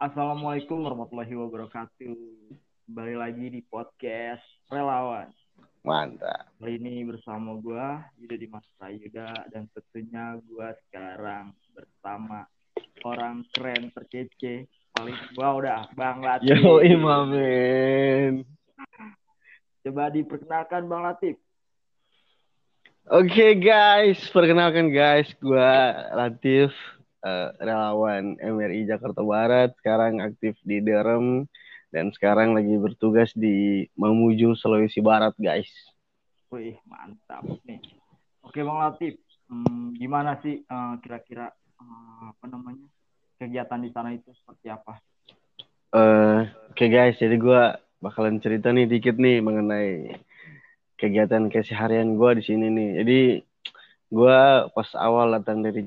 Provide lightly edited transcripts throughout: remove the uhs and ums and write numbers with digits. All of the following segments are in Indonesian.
Assalamualaikum warahmatullahi wabarakatuh. Kembali lagi di podcast Relawan. Mantap. Kali ini bersama gua Yuda Dimas Prayuda dan tentunya gua sekarang bersama orang keren terkece paling gua udah Bang Yo, Latif. Imamen. Coba diperkenalkan Bang Latif. Oke guys, perkenalkan guys, gua Latif, relawan MRI Jakarta Barat. Sekarang aktif di Derem dan sekarang lagi bertugas di Mamuju, Sulawesi Barat guys. Wih, mantap nih. Oke Bang Latif, gimana sih kira-kira apa namanya kegiatan di sana itu seperti apa? Oke guys, jadi gua bakalan cerita nih dikit nih mengenai kegiatan keseharian gua di sini nih. Jadi gua pas awal datang dari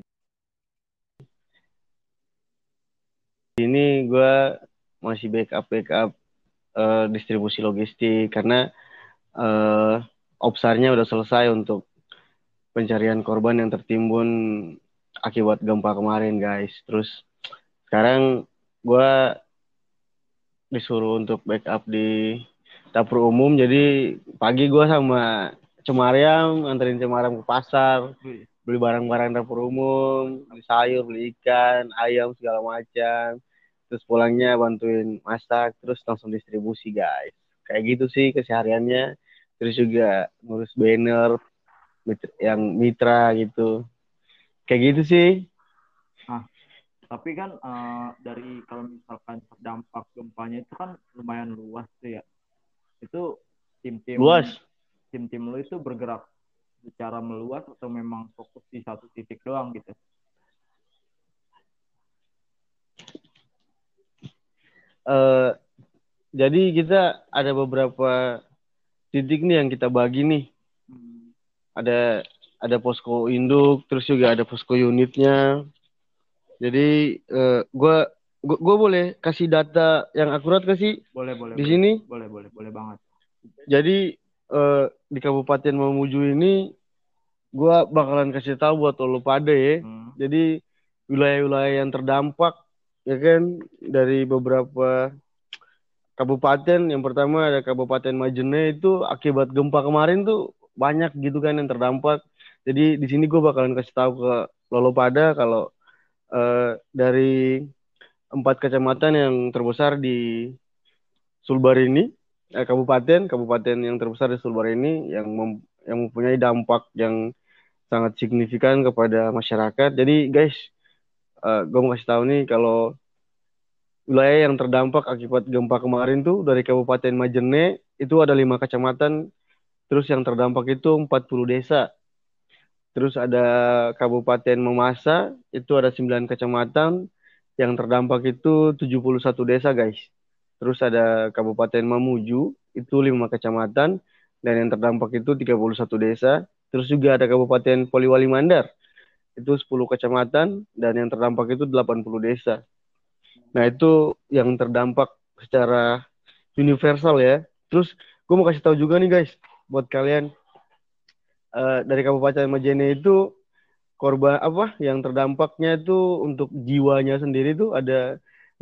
sini, gua masih backup distribusi logistik karena eh, opsarnya udah selesai untuk pencarian korban yang tertimbun akibat gempa kemarin guys. Terus sekarang gue disuruh untuk backup di dapur umum. Jadi pagi gue sama Cemariam anterin Cemariam ke pasar, Wih, beli barang-barang dapur umum, beli sayur, beli ikan, ayam segala macam. Terus pulangnya bantuin masak, terus langsung distribusi guys. Kayak gitu sih kesehariannya. Terus juga ngurus banner yang mitra gitu. Kayak gitu sih. nah tapi kan dari kalau misalkan terdampak gempanya itu kan lumayan luas tuh ya. Itu tim-tim Luas. tim-tim lo itu bergerak secara meluas atau memang fokus di satu titik doang gitu? Eh, jadi kita ada beberapa titik nih yang kita bagi nih. Hmm. Ada posko induk, terus juga ada posko unitnya. Jadi gue boleh kasih data yang akurat gak sih Boleh, boleh, di boleh, sini? boleh, boleh, boleh banget. Jadi di Kabupaten Mamuju ini gue bakalan kasih tahu buat lo pada ya. Hmm. Jadi wilayah-wilayah yang terdampak ya kan dari beberapa kabupaten. Yang pertama ada Kabupaten Majene, itu akibat gempa kemarin tuh banyak gitu kan yang terdampak. Jadi di sini gue bakalan kasih tahu ke Lolo pada kalau dari 4 kecamatan yang terbesar di Sulbar ini, kabupaten yang terbesar di Sulbar ini yang mempunyai dampak yang sangat signifikan kepada masyarakat. Jadi guys, gue mau kasih tahu nih kalau wilayah yang terdampak akibat gempa kemarin tuh dari Kabupaten Majene itu ada 5 kecamatan, terus yang terdampak itu 40 desa. Terus ada Kabupaten Mamasa itu ada 9 kecamatan, yang terdampak itu 71 desa guys. Terus ada Kabupaten Mamuju itu 5 kecamatan dan yang terdampak itu 31 desa. Terus juga ada Kabupaten Poliwali Mandar itu 10 kecamatan dan yang terdampak itu 80 desa. Nah, itu yang terdampak secara universal ya. Terus gue mau kasih tahu juga nih guys, buat kalian dari Kabupaten Majene itu korban apa yang terdampaknya itu untuk jiwanya sendiri itu ada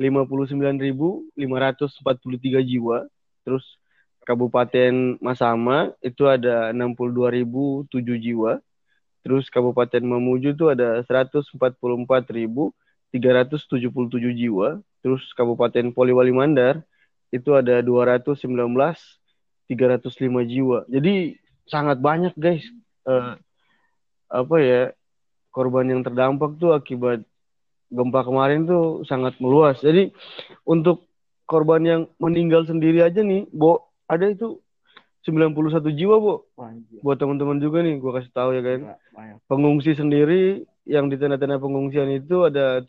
59.543 jiwa. Terus Kabupaten Masama itu ada 62.007 jiwa. Terus Kabupaten Mamuju itu ada 144.377 jiwa. Terus Kabupaten Poliwali Mandar itu ada 219.305 jiwa. Jadi sangat banyak guys. Eh, apa ya, korban yang terdampak tuh akibat gempa kemarin tuh sangat meluas. Jadi untuk korban yang meninggal sendiri aja nih, Bo, ada itu 91 jiwa, Bo. Wah, anjir. Buat teman-teman juga nih, gua kasih tahu ya kan. Gila, banyak. Pengungsi sendiri yang di tenda-tenda pengungsian itu ada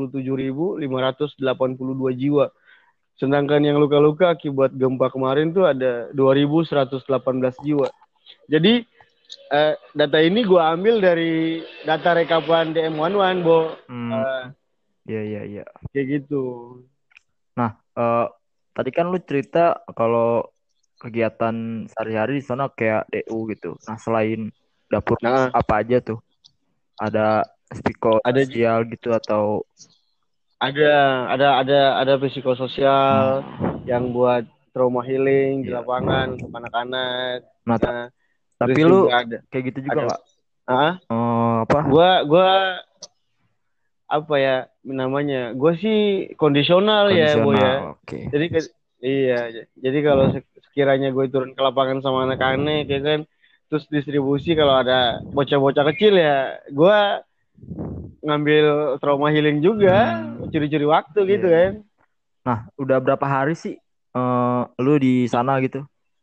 77.582 jiwa. Sedangkan yang luka-luka akibat gempa kemarin tuh ada 2.118 jiwa. Jadi data ini gue ambil dari data rekapan DM11, Bo. Hmm. Iya, iya, iya. Kayak gitu. Nah, tadi kan lu cerita kalau kegiatan sehari-hari di sana kayak DU gitu. Nah, selain dapur Nah, apa aja tuh? Ada ada psikososial gitu atau Ada ada psikososial Nah, yang buat trauma healing di iya. lapangan untuk anak-anak. Nah, Nah, tapi terus lu juga kayak gitu juga ada nggak? ah, Apa? gua apa ya namanya? Gua sih kondisional ya, Boy ya. Kondisional, oke. Jadi iya, jadi kalau sekiranya gue turun ke lapangan sama anak-anak ya kan, terus distribusi kalau ada bocah-bocah kecil ya, gua ngambil trauma healing juga, Hmm, curi-curi waktu iya, gitu iya. kan. Nah, udah berapa hari sih lu di sana gitu?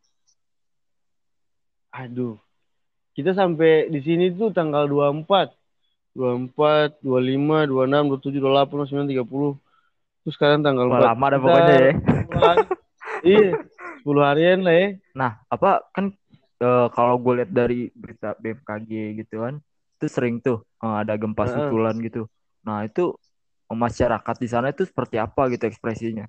Aduh, kita sampai di sini tuh tanggal 24, 24, 25, 26, 27, 28, 29, 30. Terus sekarang tanggal Wah, 4. lama dah pokoknya Sekitar ya. 10 hari. Iya, 10 harian lah ya. Nah, apa kan kalau gue lihat dari berita BMKG gitu kan, itu sering tuh ada gempa Heeh. susulan gitu. Nah, itu masyarakat di sana itu seperti apa gitu ekspresinya?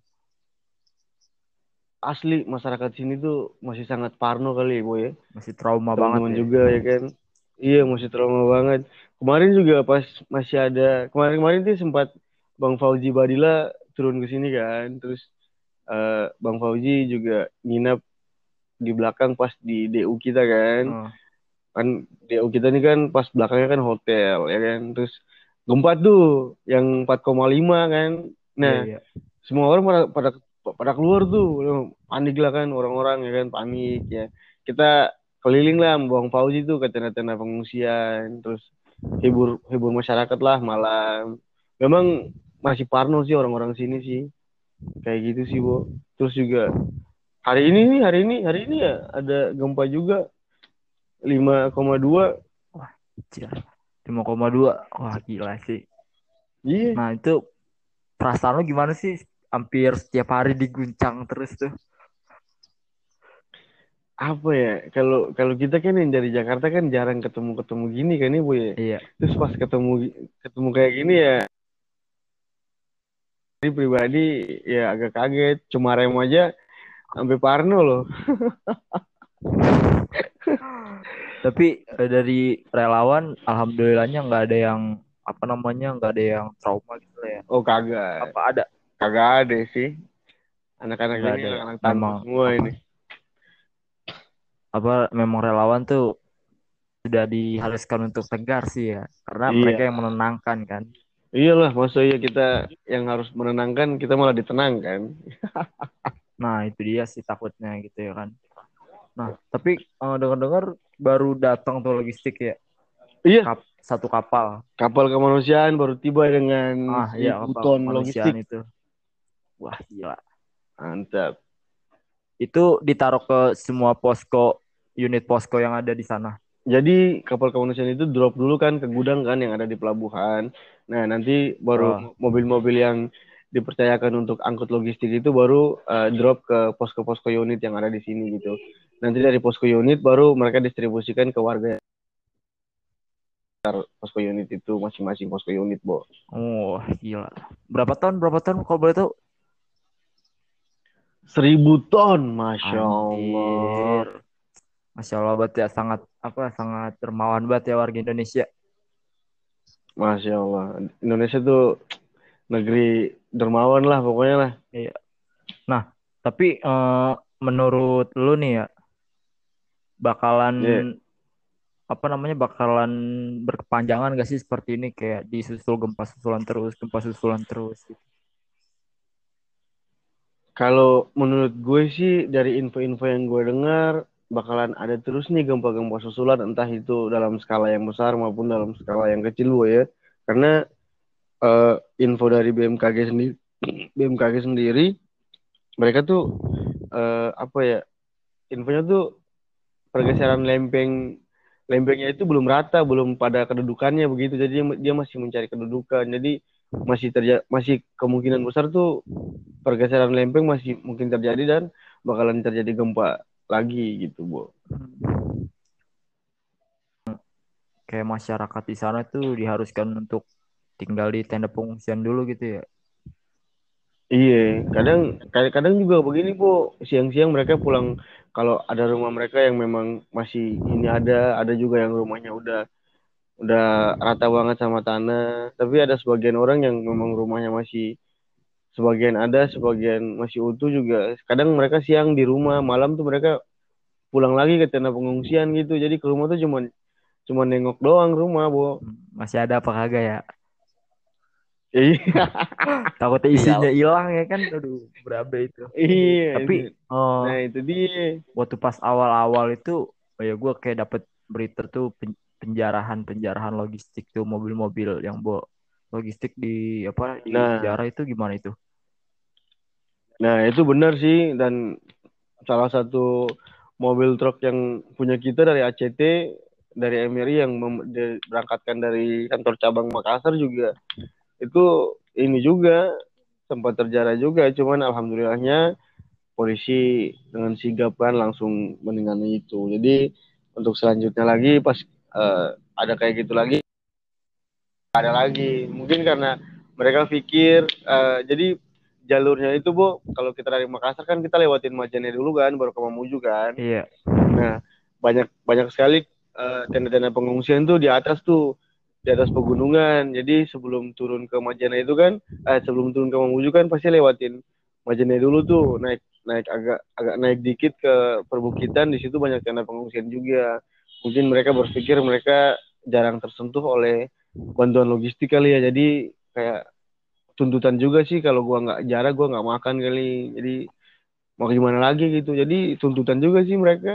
Asli masyarakat sini tuh masih sangat parno kali ya, Boy ya. Masih trauma banget Teman-teman ya. juga ya kan. Iya, masih trauma banget. Kemarin juga pas masih ada, kemarin-kemarin tuh sempat Bang Fauzi Badila turun ke sini kan. Terus Bang Fauzi juga nginap di belakang pas di DU kita kan. Heeh. Kan DU kita ini kan pas belakangnya kan hotel ya kan. Terus gempa tuh yang 4,5 kan. Nah, Iya, iya. semua orang pada pada pada keluar tuh, panik lah kan orang-orang ya kan, panik ya. Kita keliling lah Bang Fauzi tuh ke tenda-tenda pengungsian, terus hibur hibur masyarakat lah malam. Memang masih parno sih orang-orang sini sih, kayak gitu sih, Bo. Terus juga hari ini ya ada gempa juga 5,2. Wah, gila. 5,2. Wah, gila sih. Iya, Nah, itu perasaan lu gimana sih? Hampir setiap hari diguncang terus tuh. apa ya, kalau kalau kita kan yang dari Jakarta kan jarang ketemu-ketemu gini kan ya, Bu ya. Iya. Terus pas ketemu ketemu kayak gini ya, ini pribadi ya agak kaget. Cuma rem aja sampai parno loh. Tapi dari relawan, alhamdulillahnya nggak ada yang apa namanya, nggak ada yang trauma gitu lah ya. Oh kagak, Apa ada? kagak ada sih. Anak-anak Nggak ini ada ya. anak-anak tangguh Memang semua apa ini. memang relawan tuh sudah diharuskan untuk tegar sih ya, karena mereka Iya, yang menenangkan kan. iyalah. Masa iya kita yang harus menenangkan, kita malah ditenangkan. Nah itu dia sih takutnya gitu ya kan. Nah tapi dengar-dengar baru datang tuh logistik ya, Iya, satu kapal. kapal kemanusiaan baru tiba dengan Ah iya, 1.000 kapal ton kemanusiaan logistik. itu. Wah gila. Mantap. Itu ditaruh ke semua posko, unit posko yang ada di sana. Jadi kapal kemanusiaan itu drop dulu kan ke gudang kan yang ada di pelabuhan. Nah, nanti baru Oh, mobil-mobil yang dipercayakan untuk angkut logistik itu baru drop ke posko-posko unit yang ada di sini gitu. Nanti dari posko unit baru mereka distribusikan ke warga posko unit itu masing-masing posko unit, Bo. oh gila. Berapa ton? Berapa ton kalau boleh tahu? 1.000 ton, Masya Allah. Anjir. Masya Allah banget ya, sangat apa sangat dermawan banget ya warga Indonesia. Masya Allah. Indonesia tuh negeri dermawan lah pokoknya lah. Iya. Nah, tapi menurut lu nih ya, bakalan Ya, apa namanya bakalan berkepanjangan gak sih seperti ini kayak disusul gempa susulan terus gitu. kalau menurut gue sih dari info-info yang gue dengar bakalan ada terus nih gempa-gempa susulan entah itu dalam skala yang besar maupun dalam skala yang kecil gue ya. Karena info dari BMKG sendiri BMKG sendiri mereka tuh apa ya, infonya tuh pergeseran lempengnya itu belum rata, belum pada kedudukannya begitu. Jadi dia masih mencari kedudukan. Jadi masih kemungkinan besar tuh pergeseran lempeng masih mungkin terjadi dan bakalan terjadi gempa lagi gitu, Bu. Kayak masyarakat di sana tuh diharuskan untuk tinggal di tenda pengungsian dulu gitu ya. Iya, kadang kadang juga begini, Bu. Siang-siang mereka pulang kalau ada rumah mereka yang memang masih ini ada juga yang rumahnya udah rata banget sama tanah. Tapi ada sebagian orang yang memang rumahnya masih sebagian ada, sebagian masih utuh juga. Kadang mereka siang di rumah, malam tuh mereka pulang lagi ke tenda pengungsian gitu. Jadi ke rumah tuh cuma nengok doang rumah, Bo. Masih ada apa kagak ya? Iya, Takutnya isinya tinggal. hilang ya kan. Aduh, berabe itu. Iya, Tapi itu. eh Nah, itu dia. waktu pas awal-awal itu ya gue kayak dapet berita tuh penjarahan logistik tuh mobil-mobil yang bawa logistik di apa di Nah, penjara itu gimana itu? nah itu benar sih dan salah satu mobil truk yang punya kita dari ACT dari MRI yang berangkatkan dari kantor cabang Makassar juga itu ini juga sempat terjara juga cuman alhamdulillahnya polisi dengan sigap kan langsung menangani itu jadi untuk selanjutnya lagi pas ada kayak gitu lagi ada lagi mungkin karena mereka pikir jadi jalurnya itu Bu kalau kita dari Makassar kan kita lewatin Majene dulu kan baru ke Mamuju kan. Iya. Nah, banyak banyak sekali tenda-tenda pengungsian tuh di atas pegunungan. Jadi sebelum turun ke Majene itu kan, sebelum turun ke Mamuju kan pasti lewatin Majene dulu tuh, naik naik agak agak naik dikit ke perbukitan. Di situ banyak tenda pengungsian juga. Mungkin mereka berpikir mereka jarang tersentuh oleh bantuan logistik kali ya. Jadi kayak tuntutan juga sih kalau gua nggak jarang gua nggak makan kali. Jadi mau gimana lagi gitu. Jadi tuntutan juga sih mereka.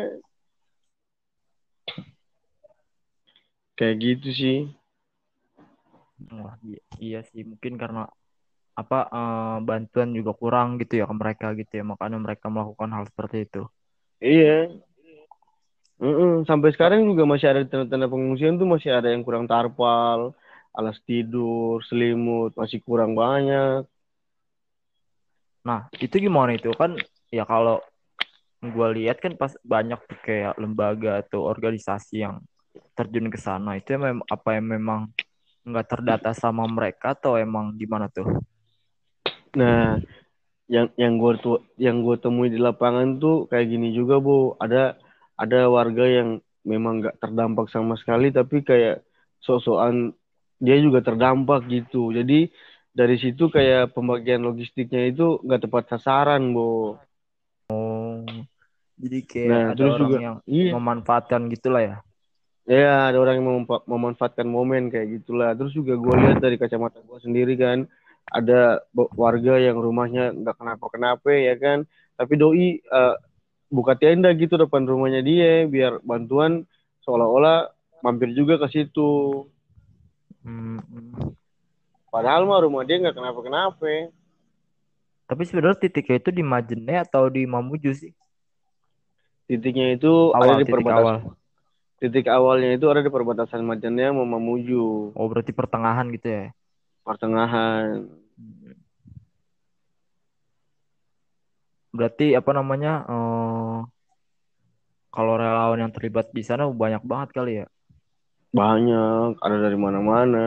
Kayak gitu sih. Wah, iya, iya sih mungkin karena apa bantuan juga kurang gitu ya ke mereka gitu ya makanya mereka melakukan hal seperti itu. Iya. Sampai sekarang juga masih ada tenda-tenda pengungsian tuh masih ada yang kurang tarpal, alas tidur, selimut, masih kurang banyak. Nah, itu gimana itu kan ya kalau gue lihat kan pas banyak tuh kayak lembaga atau organisasi yang terjun ke sana itu apa yang memang nggak terdata sama mereka atau emang gimana tuh? Nah, yang gue temui di lapangan tuh kayak gini juga, Bu. Ada warga yang memang nggak terdampak sama sekali, tapi kayak sok-sokan dia juga terdampak gitu. Jadi dari situ kayak pembagian logistiknya itu nggak tepat sasaran, Bu. Oh, jadi kayak Nah, ada terus orang juga, yang iya, memanfaatkan gitulah ya. ya ada orang yang memanfaatkan momen kayak gitulah. Terus juga gue lihat dari kacamata gue sendiri kan, ada warga yang rumahnya nggak kenapa-kenapa ya kan, tapi doi buka tenda gitu depan rumahnya dia biar bantuan seolah-olah mampir juga ke situ. Hmm, hmm. Padahal mah rumah dia nggak kenapa-kenapa. Tapi sebenarnya titiknya itu di Majene atau di Mamuju sih? Titiknya itu ada Awal, di titik awal. titik awalnya itu ada di perbatasan Majanea sama Mamuju, Oh, berarti pertengahan gitu ya. pertengahan. Hmm. Berarti apa namanya? Kalau relawan yang terlibat di sana banyak banget kali ya. Banyak, ada dari mana-mana.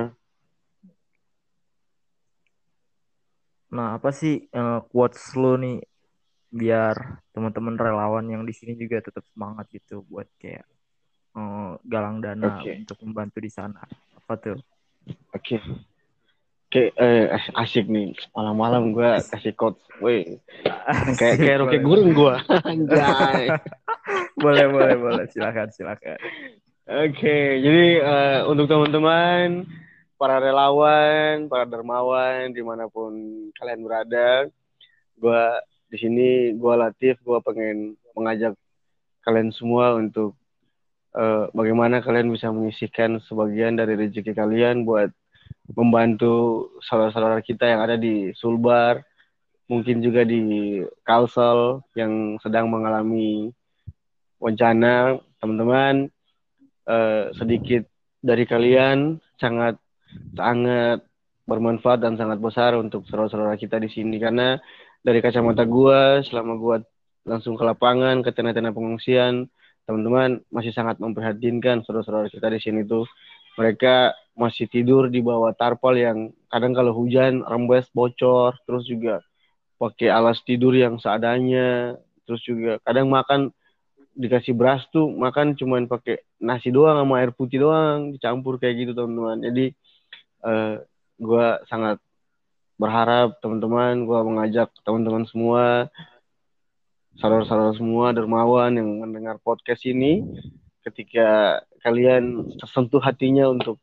Nah, apa sih quotes lu nih biar teman-teman relawan yang di sini juga tetap semangat gitu buat kayak galang dana Oke, untuk membantu di sana. Apa tuh? oke. Oke, asik nih. Malam-malam gue kasih quotes. Weh, kayak Asik, Rocky boleh, boleh. Gurung gue. Anjay. Boleh, boleh, boleh. Silakan, silakan. Oke, jadi untuk teman-teman, para relawan, para dermawan, dimanapun kalian berada, gue di sini, gue Latif, gue pengen mengajak kalian semua untuk bagaimana kalian bisa menyisihkan sebagian dari rezeki kalian buat membantu saudara-saudara kita yang ada di Sulbar, mungkin juga di Kalsel yang sedang mengalami bencana. Teman-teman, sedikit dari kalian sangat sangat bermanfaat dan sangat besar untuk saudara-saudara kita di sini karena dari kacamata gua selama gua langsung ke lapangan ke tenda-tenda pengungsian teman-teman masih sangat memprihatinkan saudara-saudara kita di sini tuh mereka masih tidur di bawah tarpal yang kadang kalau hujan rembes bocor terus juga pakai alas tidur yang seadanya terus juga kadang makan dikasih beras tuh makan cuman pakai nasi doang sama air putih doang dicampur kayak gitu teman-teman. Jadi gue sangat berharap teman-teman, gue mengajak teman-teman semua, saudara-saudara semua dermawan yang mendengar podcast ini, ketika kalian tersentuh hatinya untuk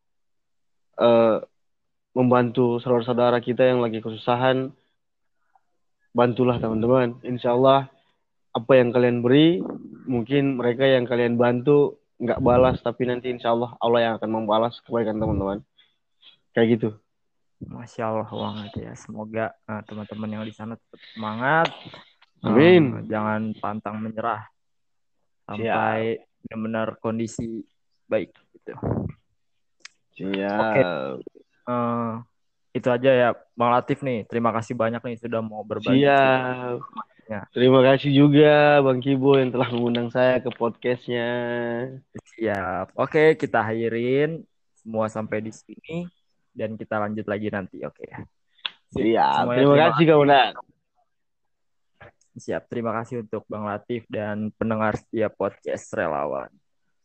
membantu saudara-saudara kita yang lagi kesusahan, bantulah teman-teman. Insya Allah apa yang kalian beri, mungkin mereka yang kalian bantu nggak balas, tapi nanti insya Allah Allah yang akan membalas kebaikan teman-teman. Kayak gitu. Masya Allah banget ya. Semoga teman-teman yang di sana tetap semangat. Amin. Jangan pantang menyerah Siap. sampai benar-benar kondisi baik gitu. Siap. Oke. Itu aja ya Bang Latif nih. Terima kasih banyak nih sudah mau berbagi Siap. ceritanya. Terima kasih juga Bang Kibo yang telah mengundang saya ke podcastnya. Siap. Oke, kita akhirin semua sampai di sini dan kita lanjut lagi nanti. Oke. Sip. Siap. Semuanya Terima terima kasih kasih. kawan. Siap. Terima kasih untuk Bang Latif dan pendengar setiap podcast relawan.